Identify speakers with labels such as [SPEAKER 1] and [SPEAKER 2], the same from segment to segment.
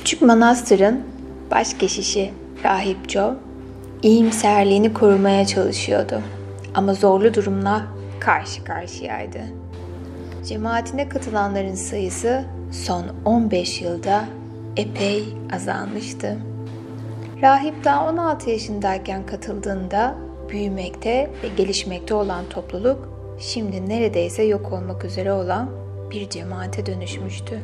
[SPEAKER 1] Küçük manastırın başkeşişi Rahip Joe, iyimserliğini korumaya çalışıyordu ama zorlu durumla karşı karşıyaydı. Cemaatine katılanların sayısı son 15 yılda epey azalmıştı. Rahip daha 16 yaşındayken katıldığında büyümekte ve gelişmekte olan topluluk şimdi neredeyse yok olmak üzere olan bir cemaate dönüşmüştü.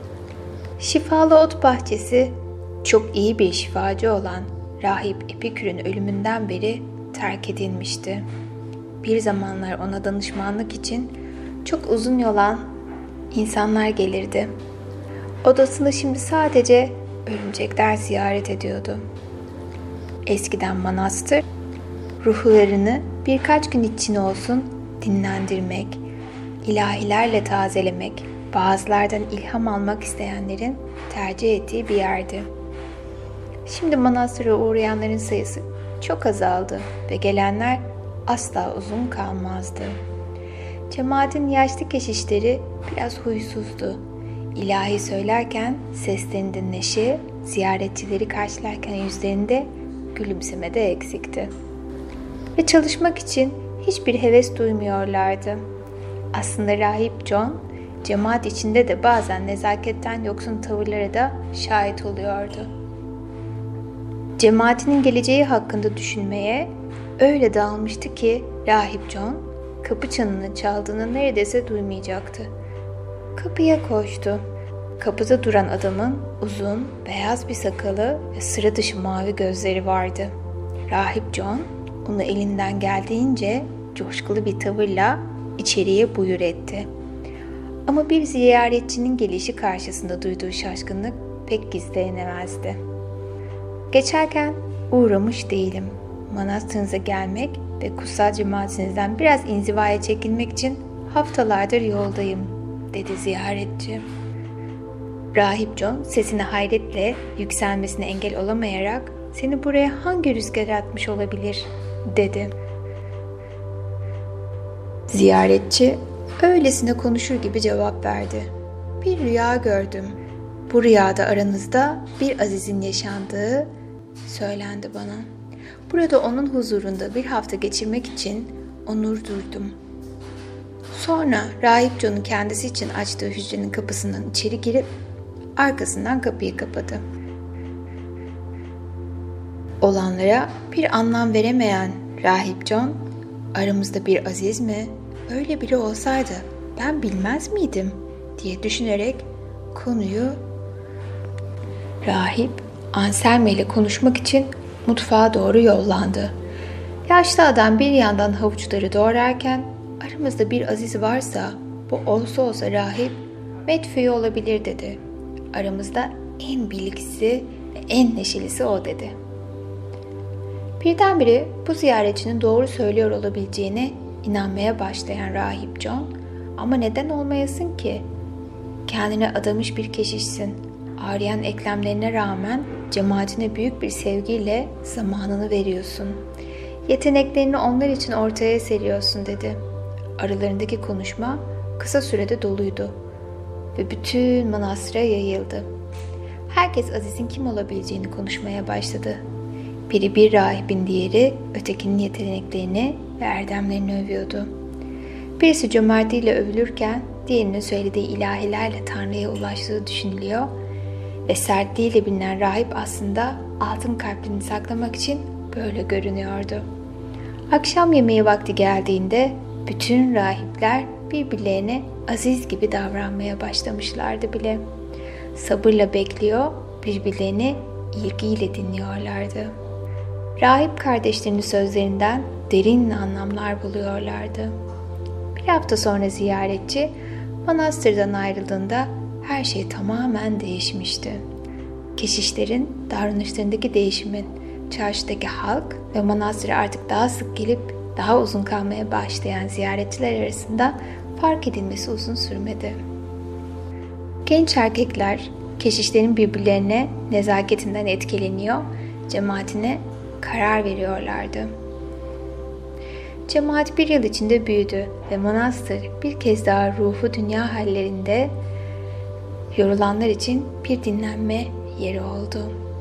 [SPEAKER 1] Şifalı ot bahçesi çok iyi bir şifacı olan Rahip Epikür'ün ölümünden beri terk edilmişti. Bir zamanlar ona danışmanlık için çok uzun yola insanlar gelirdi. Odasını şimdi sadece örümcekler ziyaret ediyordu. Eskiden manastır, ruhlarını birkaç gün için olsun dinlendirmek, ilahilerle tazelemek, bazılardan ilham almak isteyenlerin tercih ettiği bir yerdi. Şimdi manastıra uğrayanların sayısı çok azaldı ve gelenler asla uzun kalmazdı. Cemaatin yaşlı keşişleri biraz huysuzdu. İlahi söylerken seslerinde neşe, ziyaretçileri karşılarken yüzlerinde gülümseme de eksikti. Ve çalışmak için hiçbir heves duymuyorlardı. Aslında Rahip John, cemaat içinde de bazen nezaketten yoksun tavırlara da şahit oluyordu. Cemaatinin geleceği hakkında düşünmeye öyle dalmıştı ki Rahip John kapı çanını çaldığını neredeyse duymayacaktı. Kapıya koştu. Kapıda duran adamın uzun, beyaz bir sakalı ve sıra dışı mavi gözleri vardı. Rahip John onu elinden geldiğince coşkulu bir tavırla içeriye buyur etti. Ama bir ziyaretçinin gelişi karşısında duyduğu şaşkınlık pek gizlenemezdi. Geçerken uğramış değilim. Manastırınıza gelmek ve kutsal cemaatinizden biraz inzivaya çekilmek için haftalardır yoldayım, dedi ziyaretçi. Rahip John sesini hayretle yükselmesine engel olamayarak seni buraya hangi rüzgar atmış olabilir, dedi. Ziyaretçi öylesine konuşur gibi cevap verdi. Bir rüya gördüm. Bu rüyada aranızda bir azizin yaşandığı söylendi bana. Burada onun huzurunda bir hafta geçirmek için onur duydum. Sonra Rahip John'un kendisi için açtığı hücrenin kapısından içeri girip arkasından kapıyı kapadı. Olanlara bir anlam veremeyen Rahip John, aramızda bir aziz mi, öyle biri olsaydı ben bilmez miydim diye düşünerek konuyu Rahip Anselme ile konuşmak için mutfağa doğru yollandı. Yaşlı adam bir yandan havuçları doğrarken aramızda bir aziz varsa bu olsa rahip Medföy olabilir dedi. Aramızda en bilgisi ve en neşelisi o dedi. Birdenbire bu ziyaretçinin doğru söylüyor olabileceğine inanmaya başlayan Rahip John, ama neden olmayasın ki? Kendine adamış bir keşişsin. Ağrıyan eklemlerine rağmen cemaatine büyük bir sevgiyle zamanını veriyorsun. Yeteneklerini onlar için ortaya seriyorsun, dedi. Aralarındaki konuşma kısa sürede doluydu ve bütün manastıra yayıldı. Herkes Aziz'in kim olabileceğini konuşmaya başladı. Biri bir rahibin, diğeri ötekinin yeteneklerini ve erdemlerini övüyordu. Birisi cömertliğiyle övülürken diğerinin söylediği ilahilerle Tanrı'ya ulaştığı düşünülüyor ve sertliğiyle bilinen rahip aslında altın kalplerini saklamak için böyle görünüyordu. Akşam yemeği vakti geldiğinde bütün rahipler birbirlerine aziz gibi davranmaya başlamışlardı bile. Sabırla bekliyor, birbirlerini ilgiyle dinliyorlardı. Rahip kardeşlerinin sözlerinden derin anlamlar buluyorlardı. Bir hafta sonra ziyaretçi manastırdan ayrıldığında her şey tamamen değişmişti. Keşişlerin davranışlarındaki değişimin çarşıdaki halk ve manastıra artık daha sık gelip daha uzun kalmaya başlayan ziyaretçiler arasında fark edilmesi uzun sürmedi. Genç erkekler keşişlerin birbirlerine nezaketinden etkileniyor, cemaatine karar veriyorlardı. Cemaat bir yıl içinde büyüdü ve manastır bir kez daha ruhu dünya hallerinde yorulanlar için bir dinlenme yeri oldu.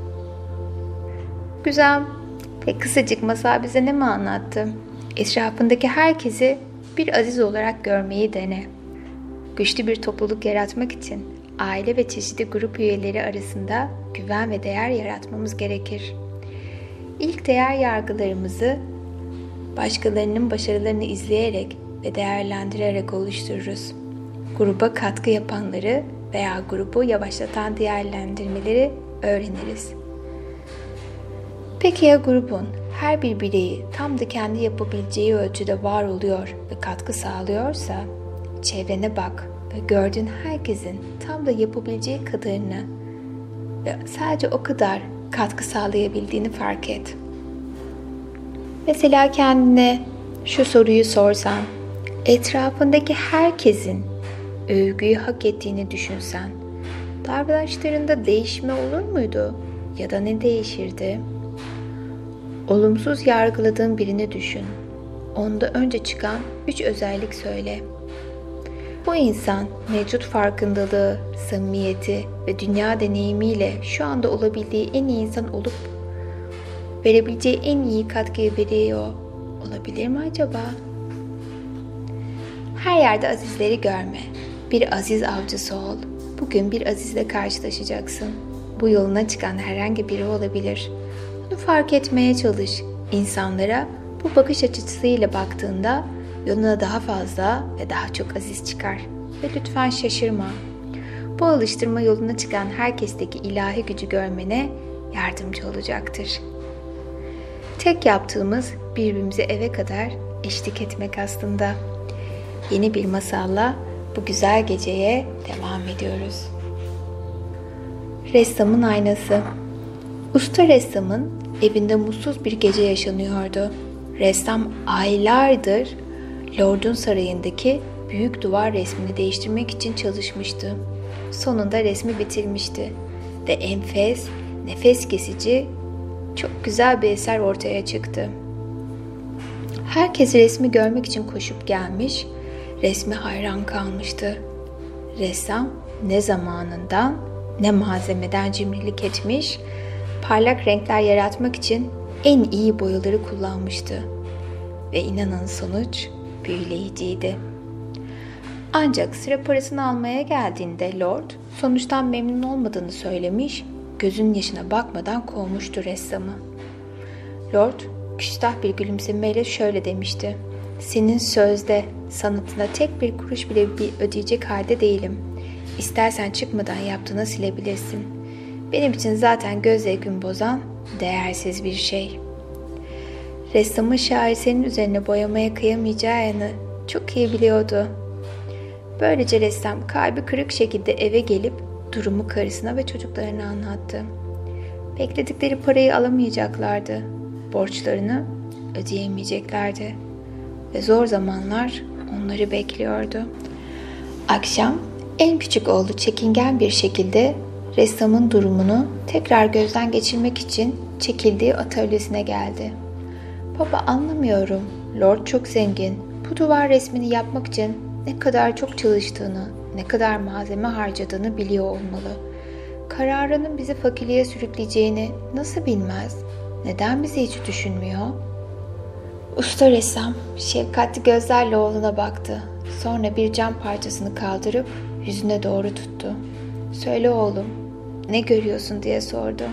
[SPEAKER 1] Güzel ve kısacık masal bize ne mi anlattı? Etrafındaki herkesi bir aziz olarak görmeyi dene. Güçlü bir topluluk yaratmak için aile ve çeşitli grup üyeleri arasında güven ve değer yaratmamız gerekir. İlk değer yargılarımızı başkalarının başarılarını izleyerek ve değerlendirerek oluştururuz. Gruba katkı yapanları veya grubu yavaşlatan değerlendirmeleri öğreniriz. Peki ya grubun her bir bireyi tam da kendi yapabileceği ölçüde var oluyor ve katkı sağlıyorsa, çevrene bak ve gördüğün herkesin tam da yapabileceği kadarını ve sadece o kadar katkı sağlayabildiğini fark et. Mesela kendine şu soruyu sorsan, etrafındaki herkesin övgüyü hak ettiğini düşünsen, davranışlarında değişme olur muydu ya da ne değişirdi? Olumsuz yargıladığın birini düşün. Onda önce çıkan 3 özellik söyle. Bu insan mevcut farkındalığı, samimiyeti ve dünya deneyimiyle şu anda olabildiği en iyi insan olup verebileceği en iyi katkıyı veriyor olabilir mi acaba? Her yerde azizleri görme. Bir aziz avcısı ol. Bugün bir azizle karşılaşacaksın. Bu yoluna çıkan herhangi biri olabilir. Bunu fark etmeye çalış. İnsanlara bu bakış açısıyla baktığında yoluna daha fazla ve daha çok aziz çıkar. Ve lütfen şaşırma. Bu alıştırma yoluna çıkan herkesteki ilahi gücü görmene yardımcı olacaktır. Tek yaptığımız birbirimize eve kadar eşlik etmek aslında. Yeni bir masalla bu güzel geceye devam ediyoruz. Ressamın aynası. Usta ressamın evinde mutsuz bir gece yaşanıyordu. Ressam aylardır Lord'un sarayındaki büyük duvar resmini değiştirmek için çalışmıştı. Sonunda resmi bitirmişti ve enfes, nefes kesici, çok güzel bir eser ortaya çıktı. Herkes resmi görmek için koşup gelmiş, resme hayran kalmıştı. Ressam ne zamanından ne malzemeden cimrilik etmiş, parlak renkler yaratmak için en iyi boyaları kullanmıştı. Ve inanın sonuç büyüleyiciydi. Ancak sıra parasını almaya geldiğinde Lord sonuçtan memnun olmadığını söylemiş, gözünün yaşına bakmadan kovmuştu ressamı. Lord küstah bir gülümsemeyle şöyle demişti: "Senin sözde, sanatına tek bir kuruş bile ödeyecek halde değilim. İstersen çıkmadan yaptığını silebilirsin. Benim için zaten göz zevkimi bozan değersiz bir şey." Ressamın şaheserin üzerine boyamaya kıyamayacağını çok iyi biliyordu. Böylece ressam kalbi kırık şekilde eve gelip durumu karısına ve çocuklarına anlattı. Bekledikleri parayı alamayacaklardı. Borçlarını ödeyemeyeceklerdi. Ve zor zamanlar onları bekliyordu. Akşam en küçük oğlu çekingen bir şekilde ressamın durumunu tekrar gözden geçirmek için çekildiği atölyesine geldi. "Baba, anlamıyorum. Lord çok zengin. Bu duvar resmini yapmak için ne kadar çok çalıştığını, ne kadar malzeme harcadığını biliyor olmalı. Kararının bizi fakirliğe sürükleyeceğini nasıl bilmez? Neden bizi hiç düşünmüyor?" Usta ressam şefkatli gözlerle oğluna baktı. Sonra bir cam parçasını kaldırıp yüzüne doğru tuttu. "Söyle oğlum, ne görüyorsun?" diye sordu.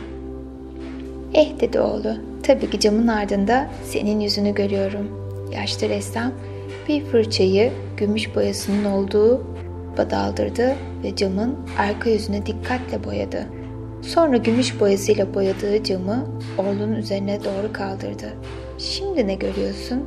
[SPEAKER 1] Dedi oğlu. "Tabii ki camın ardında senin yüzünü görüyorum." Yaşlı ressam bir fırçayı gümüş boyasının olduğu daldırdı ve camın arka yüzüne dikkatle boyadı. Sonra gümüş boyasıyla boyadığı camı oğlunun üzerine doğru kaldırdı. "Şimdi ne görüyorsun?"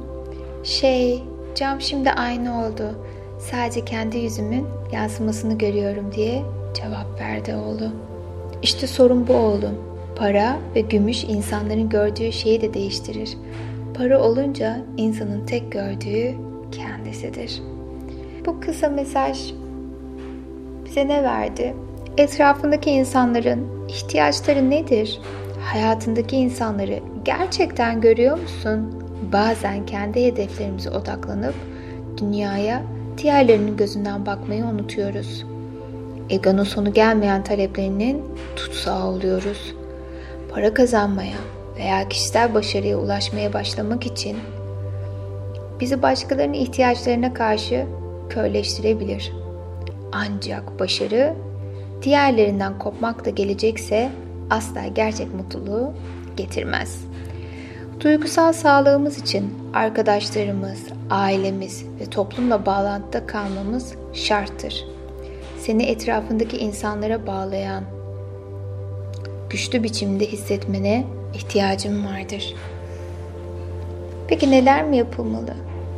[SPEAKER 1] Cam şimdi aynı oldu. Sadece kendi yüzümün yansımasını görüyorum" diye cevap verdi oğlu. "İşte sorun bu oğlum. Para ve gümüş insanların gördüğü şeyi de değiştirir. Para olunca insanın tek gördüğü kendisidir." Bu kısa mesaj bize ne verdi? Etrafındaki insanların ihtiyaçları nedir? Hayatındaki insanları gerçekten görüyor musun? Bazen kendi hedeflerimize odaklanıp dünyaya diğerlerinin gözünden bakmayı unutuyoruz. egonun sonu gelmeyen taleplerinin tutsağı oluyoruz. Para kazanmaya veya kişisel başarıya ulaşmaya başlamak için bizi başkalarının ihtiyaçlarına karşı körleştirebilir. Ancak başarı diğerlerinden kopmakla gelecekse asla gerçek mutluluğu getirmez. Duygusal sağlığımız için arkadaşlarımız, ailemiz ve toplumla bağlantıda kalmamız şarttır. Seni etrafındaki insanlara bağlayan, güçlü biçimde hissetmene ihtiyacın vardır. Peki neler mi yapılmalı?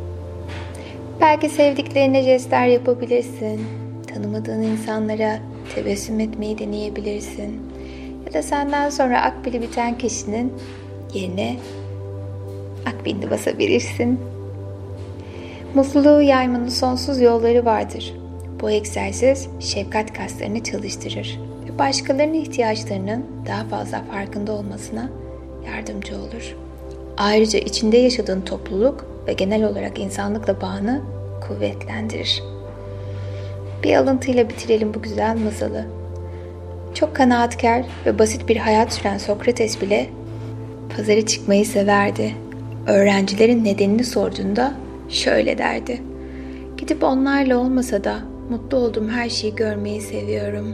[SPEAKER 1] Belki sevdiklerine jestler yapabilirsin. Tanımadığın insanlara tebessüm etmeyi deneyebilirsin. Ya da senden sonra akbili biten kişinin yerine akbilini basabilirsin. Mutluluğu yaymanın sonsuz yolları vardır. Bu egzersiz şefkat kaslarını çalıştırır ve başkalarının ihtiyaçlarının daha fazla farkında olmasına yardımcı olur. Ayrıca içinde yaşadığın topluluk ve genel olarak insanlıkla bağını kuvvetlendirir. Bir alıntıyla bitirelim bu güzel masalı. Çok kanaatkar ve basit bir hayat süren Sokrates bile pazara çıkmayı severdi. Öğrencilerin nedenini sorduğunda şöyle derdi: "Gidip onlarla olmasa da mutlu olduğum her şeyi görmeyi seviyorum."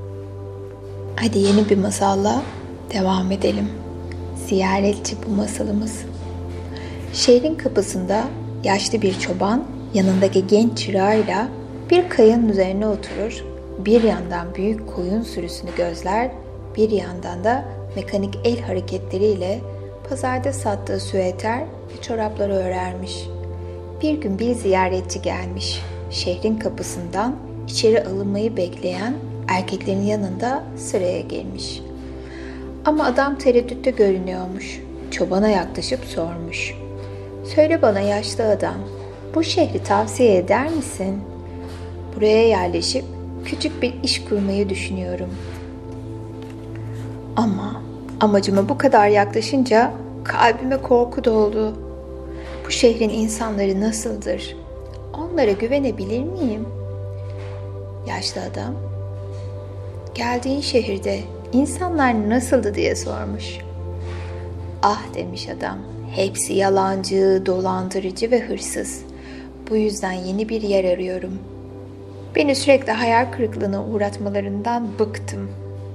[SPEAKER 1] Hadi yeni bir masalla devam edelim. Ziyaretçi bu masalımız. Şehrin kapısında yaşlı bir çoban yanındaki genç çırağıyla bir kayanın üzerine oturur, bir yandan büyük koyun sürüsünü gözler, bir yandan da mekanik el hareketleriyle pazarda sattığı süeter ve çorapları örermiş. Bir gün bir ziyaretçi gelmiş. Şehrin kapısından içeri alınmayı bekleyen erkeklerin yanında sıraya girmiş. Ama adam tereddütte görünüyormuş. Çobana yaklaşıp sormuş: "Söyle bana yaşlı adam, bu şehri tavsiye eder misin? Buraya yerleşip küçük bir iş kurmayı düşünüyorum. Ama amacıma bu kadar yaklaşınca kalbime korku doldu. Bu şehrin insanları nasıldır? Onlara güvenebilir miyim?" Yaşlı adam, "Geldiğin şehirde insanlar nasıldı?" diye sormuş. "Ah," demiş adam, "hepsi yalancı, dolandırıcı ve hırsız. Bu yüzden yeni bir yer arıyorum. Beni sürekli hayal kırıklığına uğratmalarından bıktım."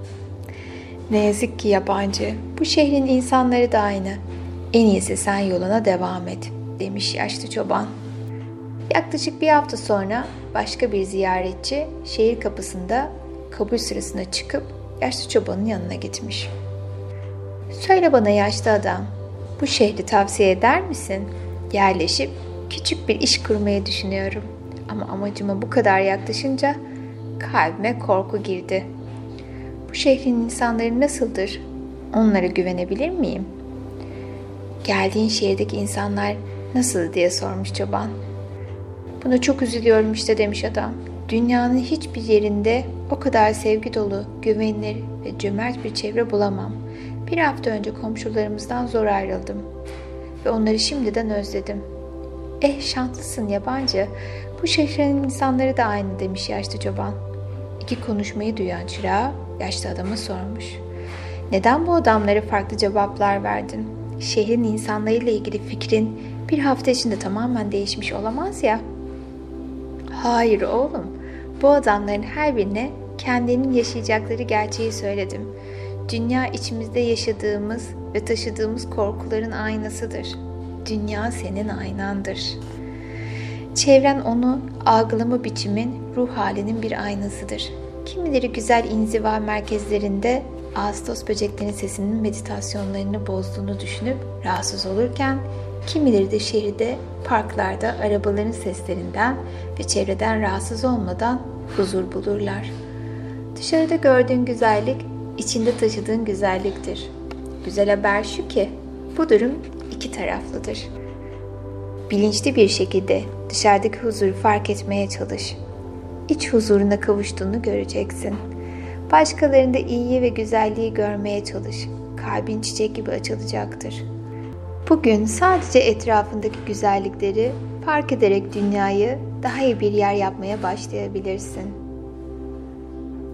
[SPEAKER 1] "Ne yazık ki yabancı, bu şehrin insanları da aynı. En iyisi sen yoluna devam et," demiş yaşlı çoban. Yaklaşık bir hafta sonra başka bir ziyaretçi şehir kapısında kabul sırasına çıkıp yaşlı çobanın yanına gitmiş. "Söyle bana yaşlı adam, bu şehri tavsiye eder misin? Yerleşip küçük bir iş kurmayı düşünüyorum. Ama amacıma bu kadar yaklaşınca kalbime korku girdi. Bu şehrin insanları nasıldır? Onlara güvenebilir miyim?" "Geldiğin şehirdeki insanlar nasıl?" diye sormuş çoban. "Buna çok üzülüyorum işte," demiş adam. "Dünyanın hiçbir yerinde o kadar sevgi dolu, güvenilir ve cömert bir çevre bulamam. Bir hafta önce komşularımızdan zor ayrıldım ve onları şimdiden özledim." Şanslısın yabancı. Bu şehrin insanları da aynı," demiş yaşlı çoban. İki konuşmayı duyan çırağı yaşlı adama sormuş. "Neden bu adamlara farklı cevaplar verdin? Şehrin insanlarıyla ilgili fikrin bir hafta içinde tamamen değişmiş olamaz ya." "Hayır oğlum, bu adamların her birine kendinin yaşayacakları gerçeği söyledim. Dünya içimizde yaşadığımız ve taşıdığımız korkuların aynasıdır. Dünya senin aynandır. Çevren onu algılama biçimin, ruh halinin bir aynasıdır. Kimileri güzel inziva merkezlerinde Ağustos böceklerinin sesinin meditasyonlarını bozduğunu düşünüp rahatsız olurken, kimileri de şehirde, parklarda arabaların seslerinden ve çevreden rahatsız olmadan huzur bulurlar. Dışarıda gördüğün güzellik, içinde taşıdığın güzelliktir. Güzel haber şu ki, bu durum iki taraflıdır. Bilinçli bir şekilde dışarıdaki huzuru fark etmeye çalış. İç huzuruna kavuştuğunu göreceksin. Başkalarında iyiyi ve güzelliği görmeye çalış. Kalbin çiçek gibi açılacaktır. Bugün sadece etrafındaki güzellikleri fark ederek dünyayı daha iyi bir yer yapmaya başlayabilirsin.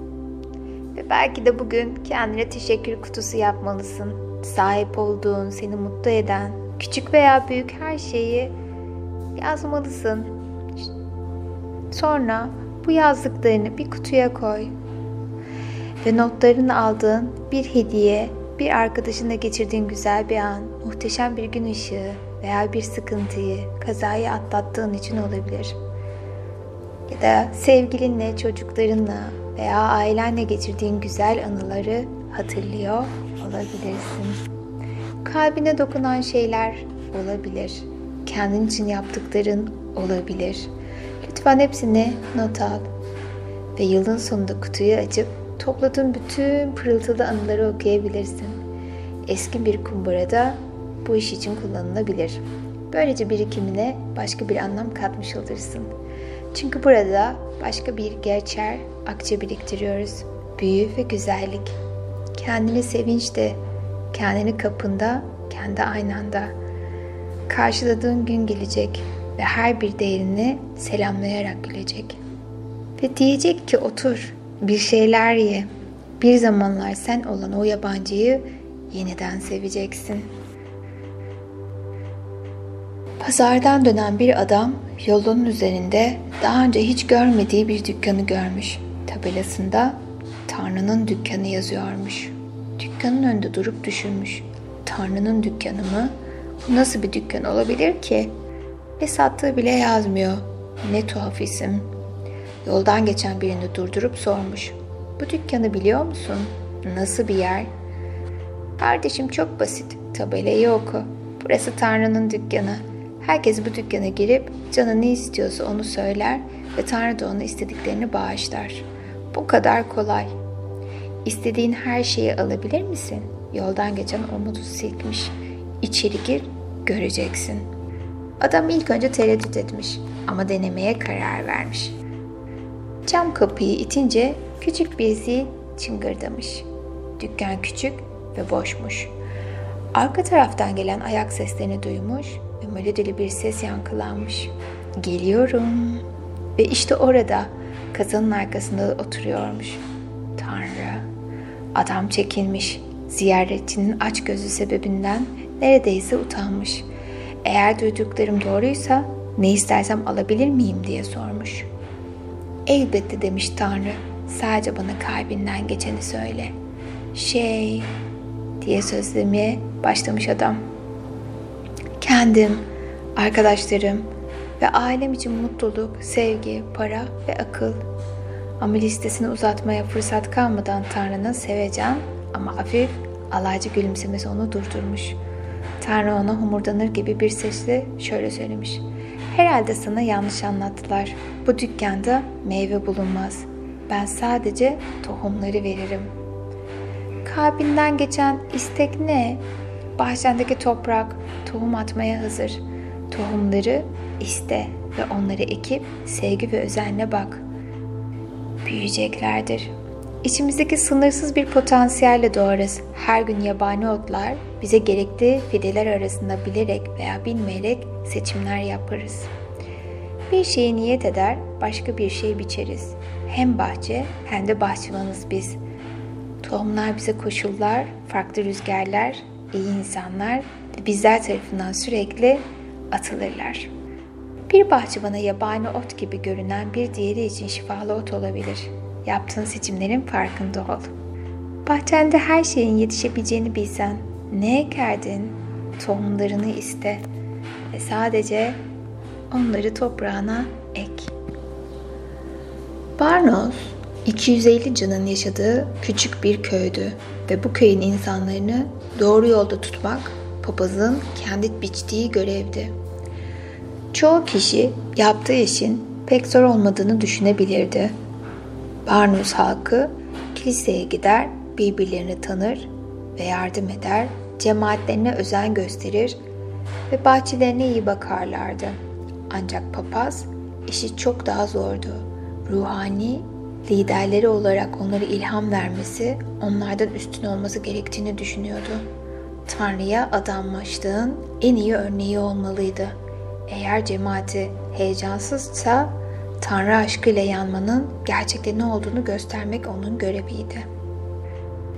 [SPEAKER 1] Ve belki de bugün kendine teşekkür kutusu yapmalısın. Sahip olduğun, seni mutlu eden, küçük veya büyük her şeyi yazmalısın. Sonra bu yazdıklarını bir kutuya koy. Ve notlarını aldığın bir hediye, bir arkadaşınla geçirdiğin güzel bir an, muhteşem bir gün ışığı veya bir sıkıntıyı, kazayı atlattığın için olabilir. Ya da sevgilinle, çocuklarınla veya ailenle geçirdiğin güzel anıları hatırlıyor olabilirsin. Kalbine dokunan şeyler olabilir. Kendin için yaptıkların olabilir. Lütfen hepsini not al. Ve yılın sonunda kutuyu açıp topladığın bütün pırıltılı anıları okuyabilirsin. Eski bir kumbarada bu iş için kullanılabilir. Böylece birikimine başka bir anlam katmış olursun. Çünkü burada başka bir geçer, akçe biriktiriyoruz. Büyü ve güzellik. Kendini sevinçte, kendini kapında, kendi aynanda. Karşıladığın gün gelecek ve her bir değerini selamlayarak gülecek. Ve diyecek ki otur, bir şeyler ye. Bir zamanlar sen olan o yabancıyı yeniden seveceksin. Pazardan dönen bir adam yolun üzerinde daha önce hiç görmediği bir dükkanı görmüş. Tabelasında Tanrı'nın dükkanı yazıyormuş. Dükkanın önünde durup düşünmüş. Tanrı'nın dükkanı mı? Bu nasıl bir dükkan olabilir ki? Ne sattığı bile yazmıyor. Ne tuhaf isim. Yoldan geçen birini durdurup sormuş. Bu dükkanı biliyor musun? Nasıl bir yer? Kardeşim çok basit. Tabelayı oku. Burası Tanrı'nın dükkanı. Herkes bu dükkana girip canı ne istiyorsa onu söyler ve Tanrı da ona istediklerini bağışlar. Bu kadar kolay. İstediğin her şeyi alabilir misin? Yoldan geçen umudu silkmiş. İçeri gir, göreceksin. Adam ilk önce tereddüt etmiş ama denemeye karar vermiş. Cam kapıyı itince küçük bir zil çıngırdamış. Dükkan küçük ve boşmuş. Arka taraftan gelen ayak seslerini duymuş ve melodili bir ses yankılanmış. Geliyorum. Ve işte orada kasanın arkasında oturuyormuş. Tanrı. Adam çekinmiş. Ziyaretçinin açgözlü sebebinden neredeyse utanmış. Eğer duyduklarım doğruysa ne istersem alabilir miyim diye sormuş. Elbette demiş Tanrı. Sadece bana kalbinden geçeni söyle. Diye sözlemeye başlamış adam. Kendim, arkadaşlarım ve ailem için mutluluk, sevgi, para ve akıl. Ama listesini uzatmaya fırsat kalmadan Tanrı'nın sevecen ama hafif alaycı gülümsemesi onu durdurmuş. Tanrı ona homurdanır gibi bir sesle şöyle söylemiş. Herhalde sana yanlış anlattılar. Bu dükkanda meyve bulunmaz. Ben sadece tohumları veririm. Kalbinden geçen istek ne? Bahçendeki toprak tohum atmaya hazır. Tohumları iste ve onları ekip sevgi ve özenle bak. Büyüyeceklerdir. İçimizdeki sınırsız bir potansiyelle doğarız. Her gün yabani otlar bize gerekli fideler arasında bilerek veya bilmeyerek seçimler yaparız. Bir şeye niyet eder, başka bir şey biçeriz. Hem bahçe hem de bahçıvanız biz. Tohumlar bize koşullar, farklı rüzgarlar, iyi insanlar ve bizler tarafından sürekli atılırlar. Bir bahçıvana yabani ot gibi görünen bir diğeri için şifalı ot olabilir. Yaptığın seçimlerin farkında ol. Bahçende her şeyin yetişebileceğini bilsen ne ekerdin? Tohumlarını iste ve sadece onları toprağına ek. Barnos, 250 canın yaşadığı küçük bir köydü ve bu köyün insanlarını doğru yolda tutmak papazın kendi biçtiği görevdi. Çoğu kişi yaptığı işin pek zor olmadığını düşünebilirdi. Barnos halkı kiliseye gider, birbirlerini tanır ve yardım eder, cemaatlerine özen gösterir ve bahçelerine iyi bakarlardı. Ancak papaz işi çok daha zordu. Ruhani liderleri olarak onlara ilham vermesi, onlardan üstün olması gerektiğini düşünüyordu. Tanrı'ya adanmışlığın en iyi örneği olmalıydı. Eğer cemaati heyecansızsa Tanrı aşkıyla yanmanın gerçekte ne olduğunu göstermek onun göreviydi.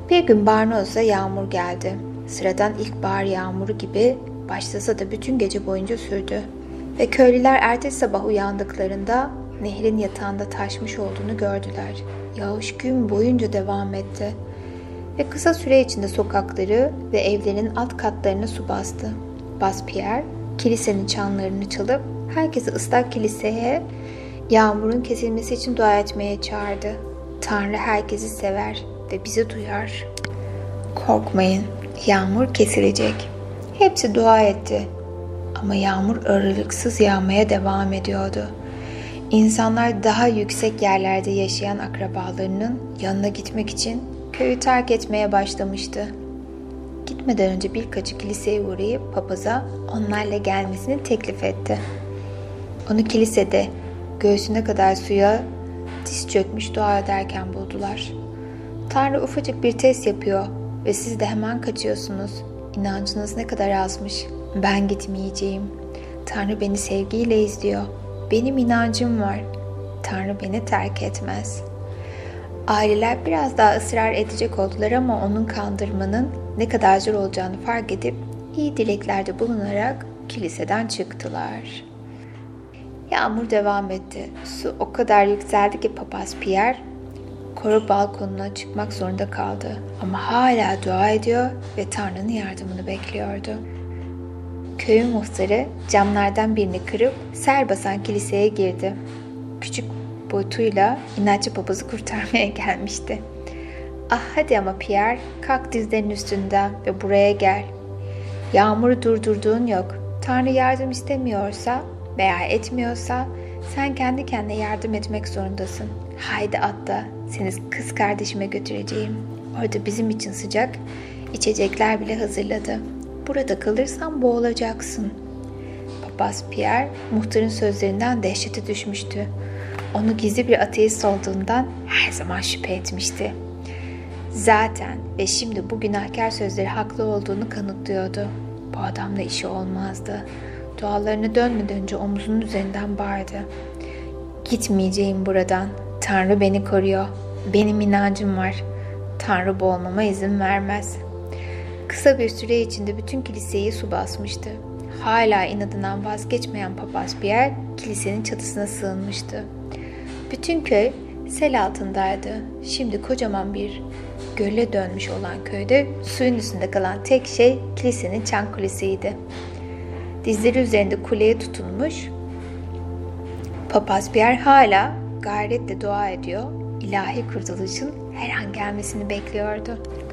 [SPEAKER 1] Bir gün Barnoz'a yağmur geldi. Sıradan ilkbahar yağmuru gibi başlasa da bütün gece boyunca sürdü. Ve köylüler ertesi sabah uyandıklarında nehrin yatağında taşmış olduğunu gördüler. Yağış gün boyunca devam etti. Ve kısa süre içinde sokakları ve evlerin alt katlarına su bastı. Baspierre, kilisenin çanlarını çalıp herkesi ıslak kiliseye yağmurun kesilmesi için dua etmeye çağırdı. Tanrı herkesi sever ve bizi duyar. Korkmayın, yağmur kesilecek. Hepsi dua etti. Ama yağmur aralıksız yağmaya devam ediyordu. İnsanlar daha yüksek yerlerde yaşayan akrabalarının yanına gitmek için köyü terk etmeye başlamıştı. Gitmeden önce birkaçı kiliseye uğrayıp papaza onlarla gelmesini teklif etti. Onu kilisede göğsüne kadar suya diz çökmüş dua ederken buldular. Tanrı ufacık bir test yapıyor ve siz de hemen kaçıyorsunuz. İnancınız ne kadar azmış. Ben gitmeyeceğim. Tanrı beni sevgiyle izliyor. Benim inancım var. Tanrı beni terk etmez. Aileler biraz daha ısrar edecek oldular ama onun kandırmanın ne kadar zor olacağını fark edip iyi dileklerde bulunarak kiliseden çıktılar. Yağmur devam etti. Su o kadar yükseldi ki papaz Pierre koro balkonuna çıkmak zorunda kaldı. Ama hala dua ediyor ve Tanrı'nın yardımını bekliyordu. Köyün muhtarı camlardan birini kırıp sel basan kiliseye girdi. Küçük botuyla inatçı papazı kurtarmaya gelmişti. Ah hadi ama Pierre, kalk dizlerinin üstünden ve buraya gel. Yağmuru durdurduğun yok. Tanrı yardım istemiyorsa veya etmiyorsa sen kendi kendine yardım etmek zorundasın. Haydi atla, seni kız kardeşime götüreceğim. Orada bizim için sıcak içecekler bile hazırladı. Burada kalırsan boğulacaksın. Papaz Pierre muhtarın sözlerinden dehşete düşmüştü. Onu gizli bir ateist olduğundan her zaman şüphe etmişti. Zaten ve şimdi bu günahkar sözleri haklı olduğunu kanıtlıyordu. Bu adamla işi olmazdı. Dualarına dönmeden önce omuzunun üzerinden bağırdı. Gitmeyeceğim buradan. Tanrı beni koruyor. Benim inancım var. Tanrı boğulmama izin vermez. Kısa bir süre içinde bütün kiliseyi su basmıştı. Hala inadından vazgeçmeyen papaz Pierre kilisenin çatısına sığınmıştı. Bütün köy sel altındaydı. Şimdi kocaman bir göle dönmüş olan köyde suyun üstünde kalan tek şey kilisenin çan kulesiydi. Dizleri üzerinde kuleye tutunmuş, papaz Pierre hala gayretle dua ediyor, ilahi kurtuluşun her an gelmesini bekliyordu.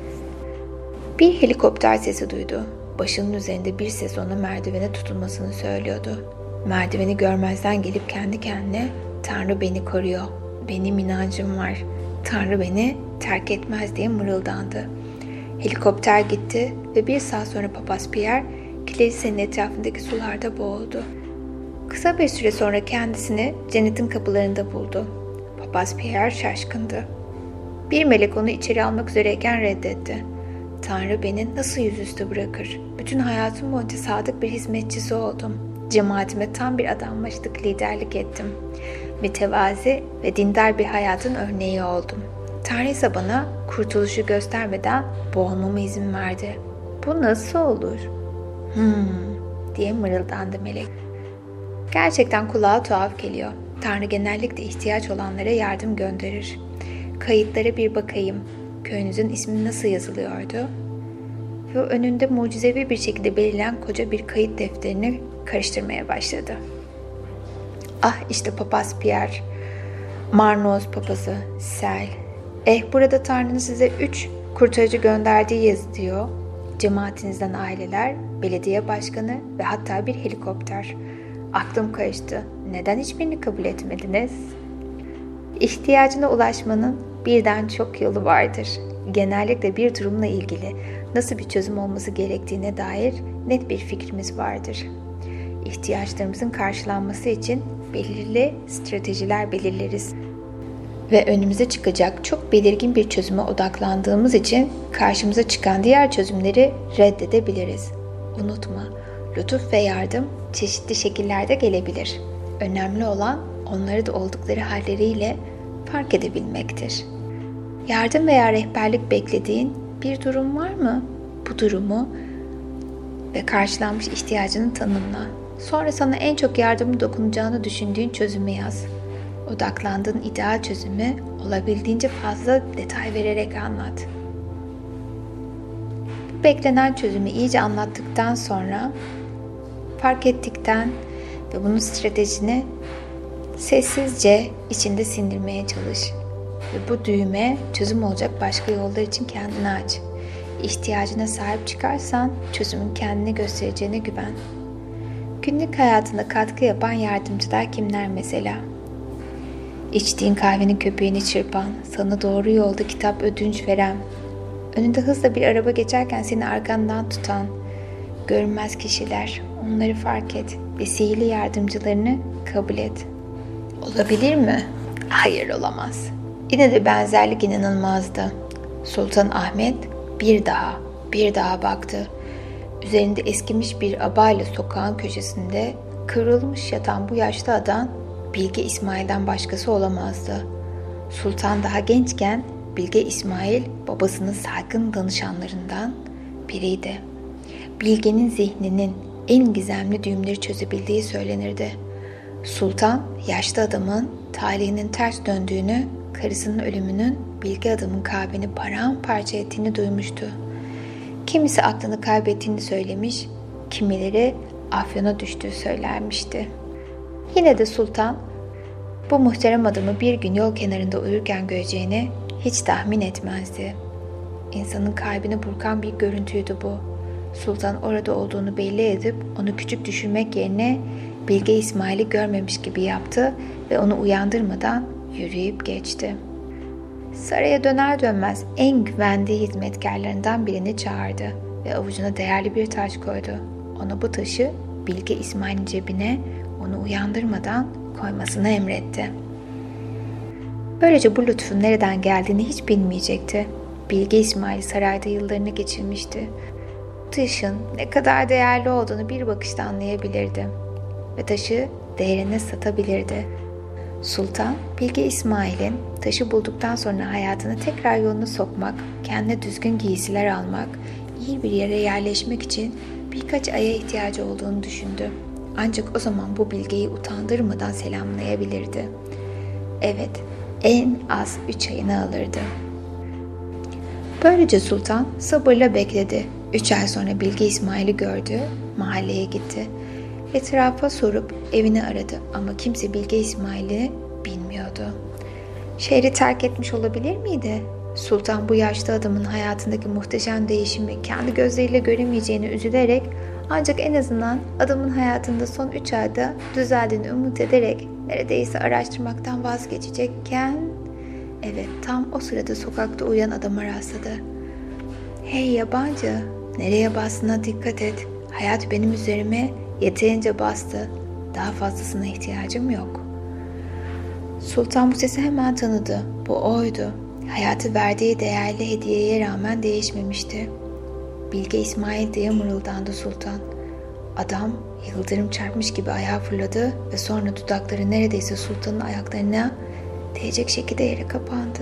[SPEAKER 1] Bir helikopter sesi duydu. Başının üzerinde bir ses ona merdivene tutulmasını söylüyordu. Merdiveni görmezden gelip kendi kendine Tanrı beni koruyor, benim inancım var, Tanrı beni terk etmez diye mırıldandı. Helikopter gitti ve bir saat sonra papaz Pierre kilisenin etrafındaki sularda boğuldu. Kısa bir süre sonra kendisini cennetin kapılarında buldu. Papaz Pierre şaşkındı. Bir melek onu içeri almak üzereyken reddetti. Tanrı beni nasıl yüzüstü bırakır? Bütün hayatım boyunca sadık bir hizmetçisi oldum. Cemaatime tam bir adanmışlık liderlik ettim. Mütevazi ve dindar bir hayatın örneği oldum. Tanrı ise bana kurtuluşu göstermeden boğulmama izin verdi. Bu nasıl olur? Diye mırıldandı melek. Gerçekten kulağa tuhaf geliyor. Tanrı genellikle ihtiyaç olanlara yardım gönderir. Kayıtlara bir bakayım. Köyünüzün ismi nasıl yazılıyordu? Ve önünde mucizevi bir şekilde belirlen koca bir kayıt defterini karıştırmaya başladı. Ah işte papaz Pierre, Marnoz papazı, Sel. Burada Tanrı'nın size 3 kurtarıcı gönderdiği yazıyor. Cemaatinizden aileler, belediye başkanı ve hatta bir helikopter. Aklım karıştı. Neden hiçbirini kabul etmediniz? İhtiyacına ulaşmanın birden çok yolu vardır. Genellikle bir durumla ilgili nasıl bir çözüm olması gerektiğine dair net bir fikrimiz vardır. İhtiyaçlarımızın karşılanması için belirli stratejiler belirleriz. Ve önümüze çıkacak çok belirgin bir çözüme odaklandığımız için karşımıza çıkan diğer çözümleri reddedebiliriz. Unutma, lütuf ve yardım çeşitli şekillerde gelebilir. Önemli olan onları da oldukları halleriyle fark edebilmektir. Yardım veya rehberlik beklediğin bir durum var mı? Bu durumu ve karşılanmış ihtiyacını tanımla. Sonra sana en çok yardımı dokunacağını düşündüğün çözümü yaz. Odaklandığın ideal çözümü olabildiğince fazla detay vererek anlat. Bu beklenen çözümü iyice anlattıktan sonra fark ettikten ve bunun stratejini sessizce içinde sindirmeye çalış. Ve bu düğme çözüm olacak başka yollar için kendini aç. İhtiyacına sahip çıkarsan çözümün kendini göstereceğine güven. Günlük hayatında katkı yapan yardımcılar kimler mesela? İçtiğin kahvenin köpüğünü çırpan, sana doğru yolda kitap ödünç veren, önünde hızla bir araba geçerken seni arkandan tutan, görünmez kişiler, onları fark et ve sihirli yardımcılarını kabul et. Olabilir mi? Hayır, olamaz. Yine de benzerlik inanılmazdı. Sultan Ahmet bir daha baktı. Üzerinde eskimiş bir abayla sokağın köşesinde kıvrılmış yatan bu yaşlı adam Bilge İsmail'den başkası olamazdı. Sultan daha gençken Bilge İsmail babasının saygın danışanlarından biriydi. Bilge'nin zihninin en gizemli düğümleri çözebildiği söylenirdi. Sultan, yaşlı adamın talihinin ters döndüğünü, karısının ölümünün Bilge adamın kalbini paramparça ettiğini duymuştu. Kimisi aklını kaybettiğini söylemiş, kimileri afyona düştüğü söylenmişti. Yine de sultan, bu muhterem adamı bir gün yol kenarında uyurken göreceğini hiç tahmin etmezdi. İnsanın kalbini burkan bir görüntüydü bu. Sultan orada olduğunu belli edip onu küçük düşürmek yerine Bilge İsmail'i görmemiş gibi yaptı ve onu uyandırmadan yürüyüp geçti. Saraya döner dönmez en güvendiği hizmetkarlarından birini çağırdı ve avucuna değerli bir taş koydu. Ona bu taşı Bilge İsmail'in cebine onu uyandırmadan koymasını emretti. Böylece bu lütfun nereden geldiğini hiç bilmeyecekti. Bilge İsmail sarayda yıllarını geçirmişti. Taşın ne kadar değerli olduğunu bir bakışta anlayabilirdi ve taşı değerine satabilirdi. Sultan, Bilge İsmail'in taşı bulduktan sonra hayatını tekrar yoluna sokmak, kendine düzgün giysiler almak, iyi bir yere yerleşmek için birkaç aya ihtiyacı olduğunu düşündü. Ancak o zaman bu Bilge'yi utandırmadan selamlayabilirdi. Evet, en az 3 ayını alırdı. Böylece Sultan sabırla bekledi. 3 ay sonra Bilge İsmail'i gördü, mahalleye gitti. Etrafa sorup evini aradı ama kimse Bilge İsmail'i bilmiyordu. Şehri terk etmiş olabilir miydi? Sultan bu yaşlı adamın hayatındaki muhteşem değişimi kendi gözleriyle göremeyeceğini üzülerek ancak en azından adamın hayatında son 3 ayda düzeldiğini umut ederek neredeyse araştırmaktan vazgeçecekken evet tam o sırada sokakta uyuyan adama rastladı. Hey yabancı, nereye bastığına dikkat et. Hayat benim üzerime yeterince bastı. Daha fazlasına ihtiyacım yok. Sultan bu sesi hemen tanıdı. Bu oydu. Hayatı verdiği değerli hediyeye rağmen değişmemişti. Bilge İsmail diye mırıldandı Sultan. Adam yıldırım çarpmış gibi ayağa fırladı ve sonra dudakları neredeyse Sultan'ın ayaklarına değecek şekilde yere kapandı.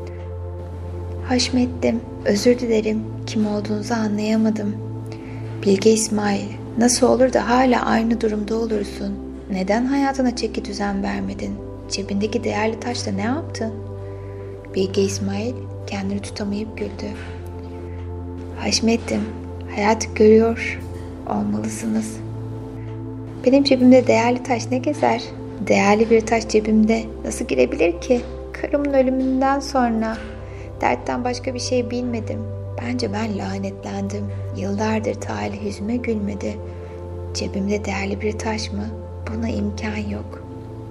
[SPEAKER 1] Haşmettim, özür dilerim, kim olduğunuzu anlayamadım. Bilge İsmail, nasıl olur da hala aynı durumda olursun? Neden hayatına çeki düzen vermedin? Cebindeki değerli taşla ne yaptın? Bilge İsmail kendini tutamayıp güldü. Haşmettim, hayat görüyor olmalısınız. Benim cebimde değerli taş ne gezer? Değerli bir taş cebimde nasıl girebilir ki? Karımın ölümünden sonra dertten başka bir şey bilmedim. Bence ben lanetlendim. Yıllardır talih yüzüme gülmedi. Cebimde değerli bir taş mı? Buna imkan yok.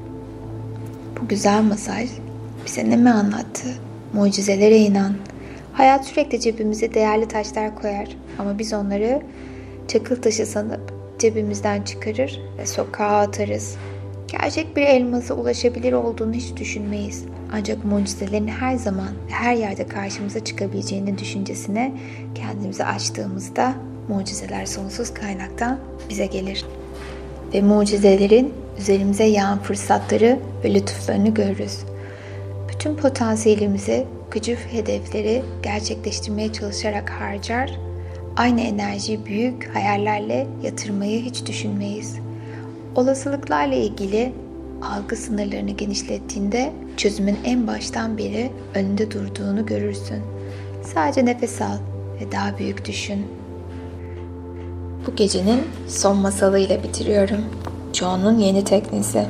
[SPEAKER 1] Bu güzel masal bize ne mi anlattı? Mucizelere inan. Hayat sürekli cebimize değerli taşlar koyar ama biz onları çakıl taşı sanıp cebimizden çıkarır ve sokağa atarız. Gerçek bir elmasa ulaşabilir olduğunu hiç düşünmeyiz. Ancak mucizelerin her zaman ve her yerde karşımıza çıkabileceğini düşüncesine kendimizi açtığımızda mucizeler sonsuz kaynaktan bize gelir. Ve mucizelerin üzerimize yağan fırsatları ve lütuflarını görürüz. Bütün potansiyelimizi küçük hedefleri gerçekleştirmeye çalışarak harcar, aynı enerjiyi büyük hayallerle yatırmayı hiç düşünmeyiz. Olasılıklarla ilgili algı sınırlarını genişlettiğinde çözümün en baştan beri önünde durduğunu görürsün. Sadece nefes al ve daha büyük düşün. Bu gecenin son masalıyla bitiriyorum. John'un yeni teknesi.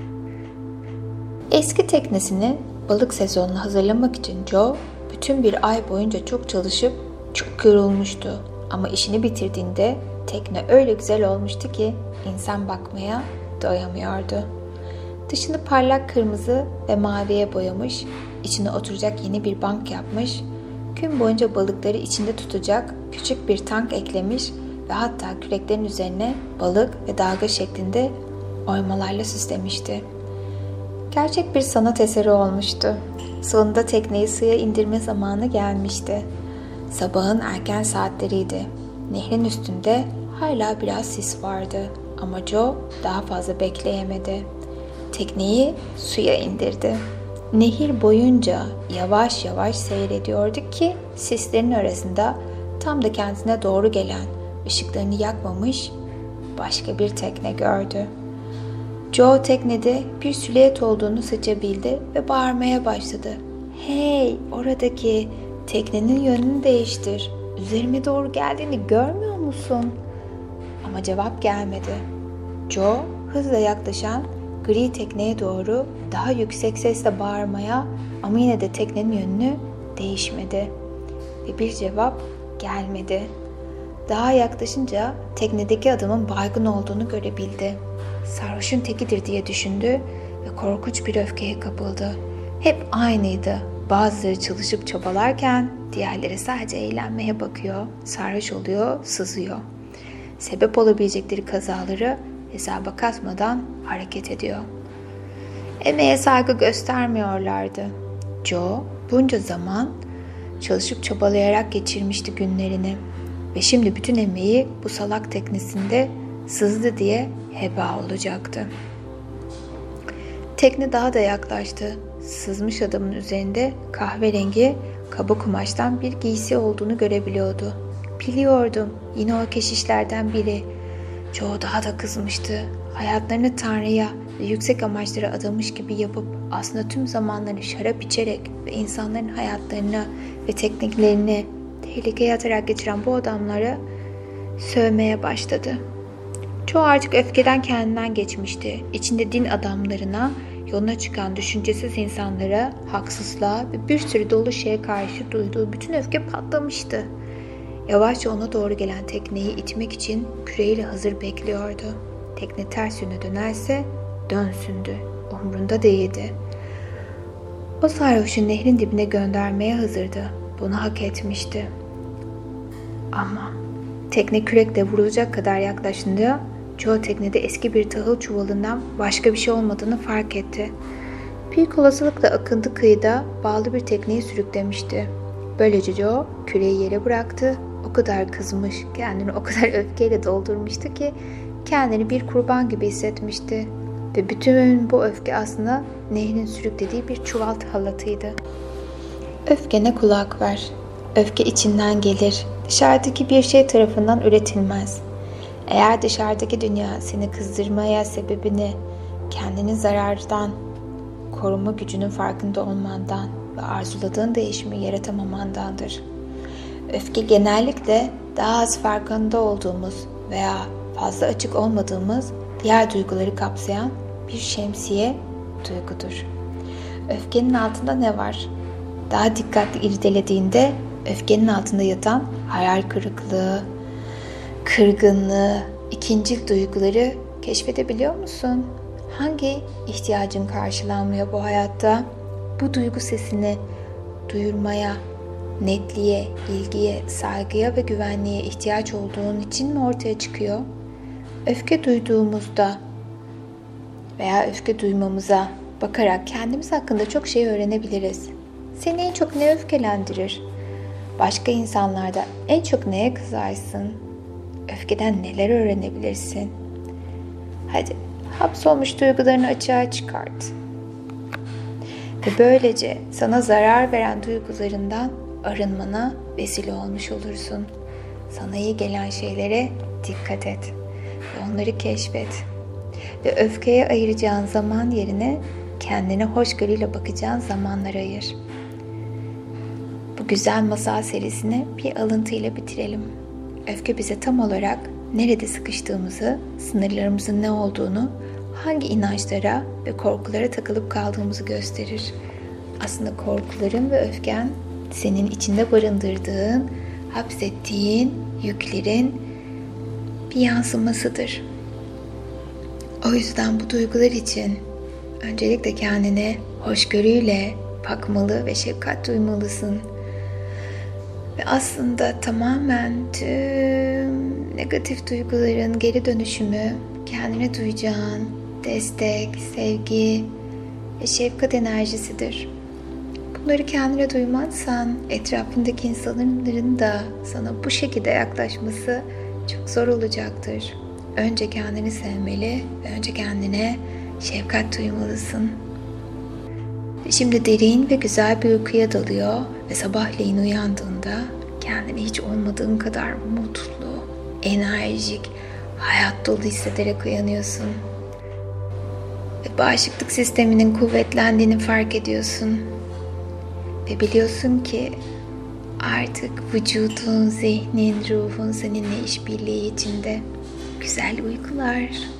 [SPEAKER 1] Eski teknesini balık sezonuna hazırlamak için Joe bütün bir ay boyunca çok çalışıp çok yorulmuştu. Ama işini bitirdiğinde tekne öyle güzel olmuştu ki insan bakmaya doyamıyordu. Dışını parlak kırmızı ve maviye boyamış, içine oturacak yeni bir bank yapmış, gün boyunca balıkları içinde tutacak küçük bir tank eklemiş ve hatta küreklerin üzerine balık ve dalga şeklinde oymalarla süslemişti. Gerçek bir sanat eseri olmuştu. Sonunda tekneyi suya indirme zamanı gelmişti. Sabahın erken saatleriydi. Nehrin üstünde hala biraz sis vardı ama Joe daha fazla bekleyemedi. Tekneyi suya indirdi. Nehir boyunca yavaş yavaş seyrediyordu ki sislerin arasında tam da kendisine doğru gelen, ışıklarını yakmamış başka bir tekne gördü. Joe teknede bir silüet olduğunu seçebildi ve bağırmaya başladı. "Hey, oradaki teknenin yönünü değiştir. Üzerime doğru geldiğini görmüyor musun?" Ama cevap gelmedi. Joe hızla yaklaşan gri tekneye doğru daha yüksek sesle bağırmaya ama yine de teknenin yönünü değişmedi. Ve bir cevap gelmedi. Daha yaklaşınca teknedeki adamın baygın olduğunu görebildi. Sarhoşun tekidir diye düşündü ve korkunç bir öfkeye kapıldı. Hep aynıydı. Bazıları çalışıp çabalarken diğerleri sadece eğlenmeye bakıyor, sarhoş oluyor, sızıyor. Sebep olabilecekleri kazaları hesaba katmadan hareket ediyor. Emeğe saygı göstermiyorlardı. Joe bunca zaman çalışıp çabalayarak geçirmişti günlerini ve şimdi bütün emeği bu salak teknesinde sızdı diye heba olacaktı. Tekne daha da yaklaştı. Sızmış adamın üzerinde kahverengi kaba kumaştan bir giysi olduğunu görebiliyordu. Biliyordum, yine o keşişlerden biri. Joe daha da kızmıştı. Hayatlarını Tanrı'ya ve yüksek amaçlara adamış gibi yapıp aslında tüm zamanlarını şarap içerek ve insanların hayatlarını ve tekniklerini tehlikeye atarak geçiren bu adamları sövmeye başladı. Joe artık öfkeden kendinden geçmişti. İçinde din adamlarına, yoluna çıkan düşüncesiz insanlara, haksızlığa ve bir sürü dolu şeye karşı duyduğu bütün öfke patlamıştı. Yavaşça ona doğru gelen tekneyi itmek için küreğiyle hazır bekliyordu. Tekne ters yöne dönerse dönsündü. Umrunda değildi. O sarhoşu nehrin dibine göndermeye hazırdı. Bunu hak etmişti. Ama tekne kürekle vurulacak kadar yaklaşınca Joe teknede eski bir tahıl çuvalından başka bir şey olmadığını fark etti. Büyük olasılıkla akıntı kıyıda bağlı bir tekneyi sürüklemişti. Böylece Joe küreği yere bıraktı. O kadar kızmış, kendini o kadar öfkeyle doldurmuştu ki kendini bir kurban gibi hissetmişti. Ve bütün bu öfke aslında nehrin sürüklediği bir çuval halatıydı. Öfkene kulak ver. Öfke içinden gelir. Dışarıdaki bir şey tarafından üretilmez. Eğer dışarıdaki dünya seni kızdırmaya sebebini kendini zarardan koruma gücünün farkında olmandan ve arzuladığın değişimi yaratamamandandır. Öfke genellikle daha az farkında olduğumuz veya fazla açık olmadığımız diğer duyguları kapsayan bir şemsiye duygudur. Öfkenin altında ne var? Daha dikkatli irdelediğinde öfkenin altında yatan hayal kırıklığı, kırgınlığı, ikincil duyguları keşfedebiliyor musun? Hangi ihtiyacın karşılanmıyor bu hayatta? Bu duygu sesini duyurmaya, netliğe, ilgiye, saygıya ve güvenliğe ihtiyaç olduğun için mi ortaya çıkıyor? Öfke duyduğumuzda veya öfke duymamıza bakarak kendimiz hakkında çok şey öğrenebiliriz. Seni en çok ne öfkelendirir? Başka insanlarda en çok neye kızarsın? Öfkeden neler öğrenebilirsin? Hadi hapsolmuş duygularını açığa çıkart. Ve böylece sana zarar veren duygularından arınmana vesile olmuş olursun. Sana iyi gelen şeylere dikkat et ve onları keşfet. Ve öfkeye ayıracağın zaman yerine kendine hoşgörüyle bakacağın zamanlar ayır. Bu güzel masal serisini bir alıntıyla bitirelim. Öfke bize tam olarak nerede sıkıştığımızı, sınırlarımızın ne olduğunu, hangi inançlara ve korkulara takılıp kaldığımızı gösterir. Aslında korkuların ve öfken senin içinde barındırdığın, hapsettiğin yüklerin bir yansımasıdır. O yüzden bu duygular için öncelikle kendine hoşgörüyle bakmalı ve şefkat duymalısın. Ve aslında tamamen tüm negatif duyguların geri dönüşümü kendine duyacağın destek, sevgi ve şefkat enerjisidir. Bunları kendine duymazsan etrafındaki insanların da sana bu şekilde yaklaşması çok zor olacaktır. Önce kendini sevmeli ve önce kendine şefkat duymalısın. Şimdi derin ve güzel bir uykuya dalıyor ve sabahleyin uyandığında kendini hiç olmadığın kadar mutlu, enerjik, hayat dolu hissederek uyanıyorsun. Ve bağışıklık sisteminin kuvvetlendiğini fark ediyorsun. Ve biliyorsun ki artık vücudun, zihnin, ruhun seninle işbirliği içinde. Güzel uykular.